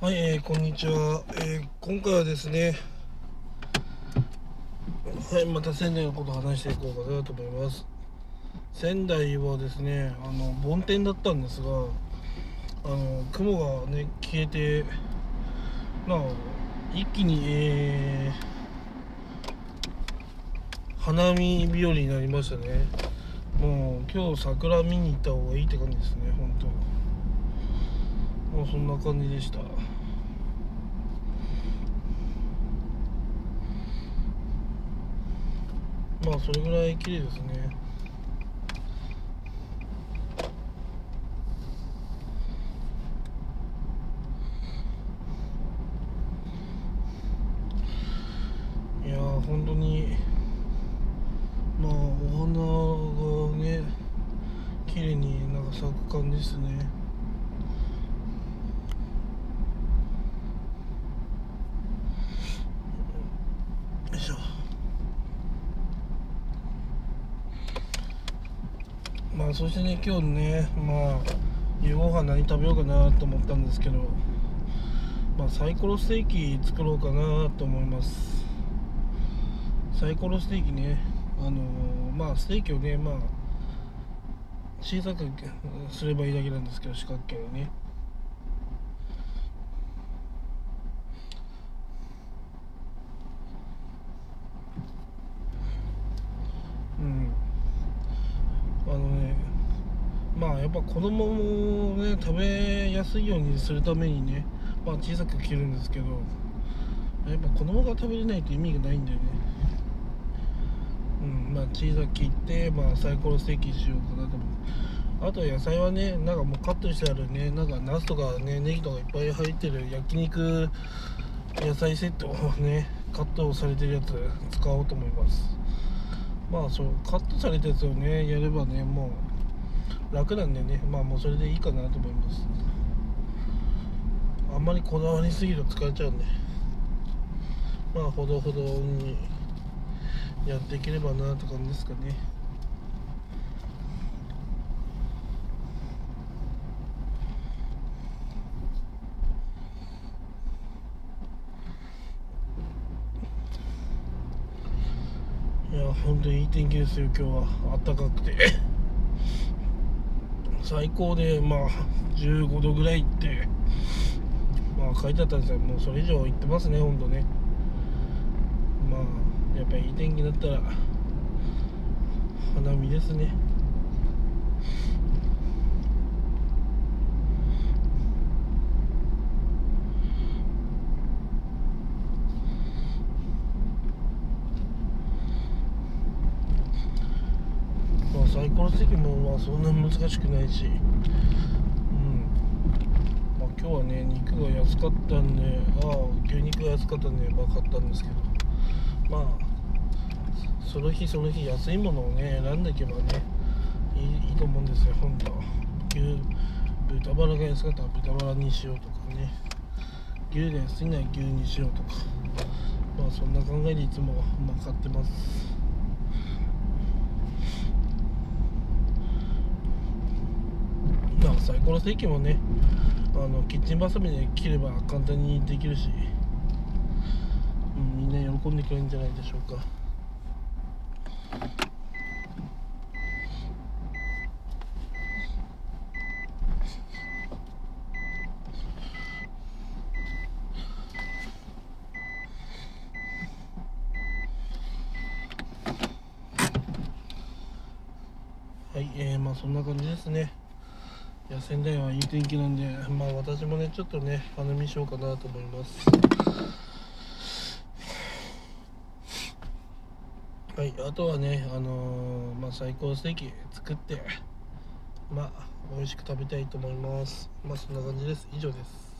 はい、こんにちは。今回はですね、はい、また仙台のことを話していこうかなと思います。仙台はですね、梵天だったんですが、雲がね消えて、まあ一気に、花見日和になりましたね。もう今日桜見に行った方がいいって感じですね、本当。もうそんな感じでした。まあそれぐらい綺麗ですね。いやー本当に、まあお花がね綺麗になんか咲く感じですね。よいしょ。まあそしてね、今日ね、夕ご飯何食べようかなと思ったんですけど、サイコロステーキ作ろうかなと思います。サイコロステーキね、ステーキをね、小さくすればいいだけなんですけど、四角形にね。うん。あのね、やっぱ子供もね食べやすいようにするためにね、小さく切るんですけど、やっぱ子供が食べれないと意味がないんだよね。小さく切って、サイコロステーキしようかなと思う。あと野菜はね、なんかもうカットしてあるね、なんかナスとかね、ネギとかいっぱい入ってる焼肉野菜セットをね、カットされてるやつ使おうと思います。そうカットされたやつをねやればね、もう楽なんでね、もうそれでいいかなと思います。あんまりこだわりすぎると疲れちゃうんで、ほどほどにやっていければなって感じですかね。いや本当にいい天気ですよ。今日は暖かくて最高で15度ぐらいって書いてあったんですよ。もうそれ以上言ってますね、本当ね。やっぱりいい天気だったら花見ですね。サイコロステーキもそんな難しくないし、今日はね肉が安かったんで、牛肉が安かったんで買ったんですけど、その日その日安いものをね選んでいけばねいいと思うんですよ。本当豚バラが安かったら豚バラにしようとかね、牛が安いなら牛にしようとか、そんな考えでいつも買ってます。サイコロステーキもね、キッチンバサミで切れば簡単にできるし、みんな喜んでくれるんじゃないでしょうか。はい、そんな感じですね。いや仙台はいい天気なんで、私もねちょっとね花見しようかなと思います。はい、あとはね最高ステーキ作って美味しく食べたいと思います。そんな感じです。以上です。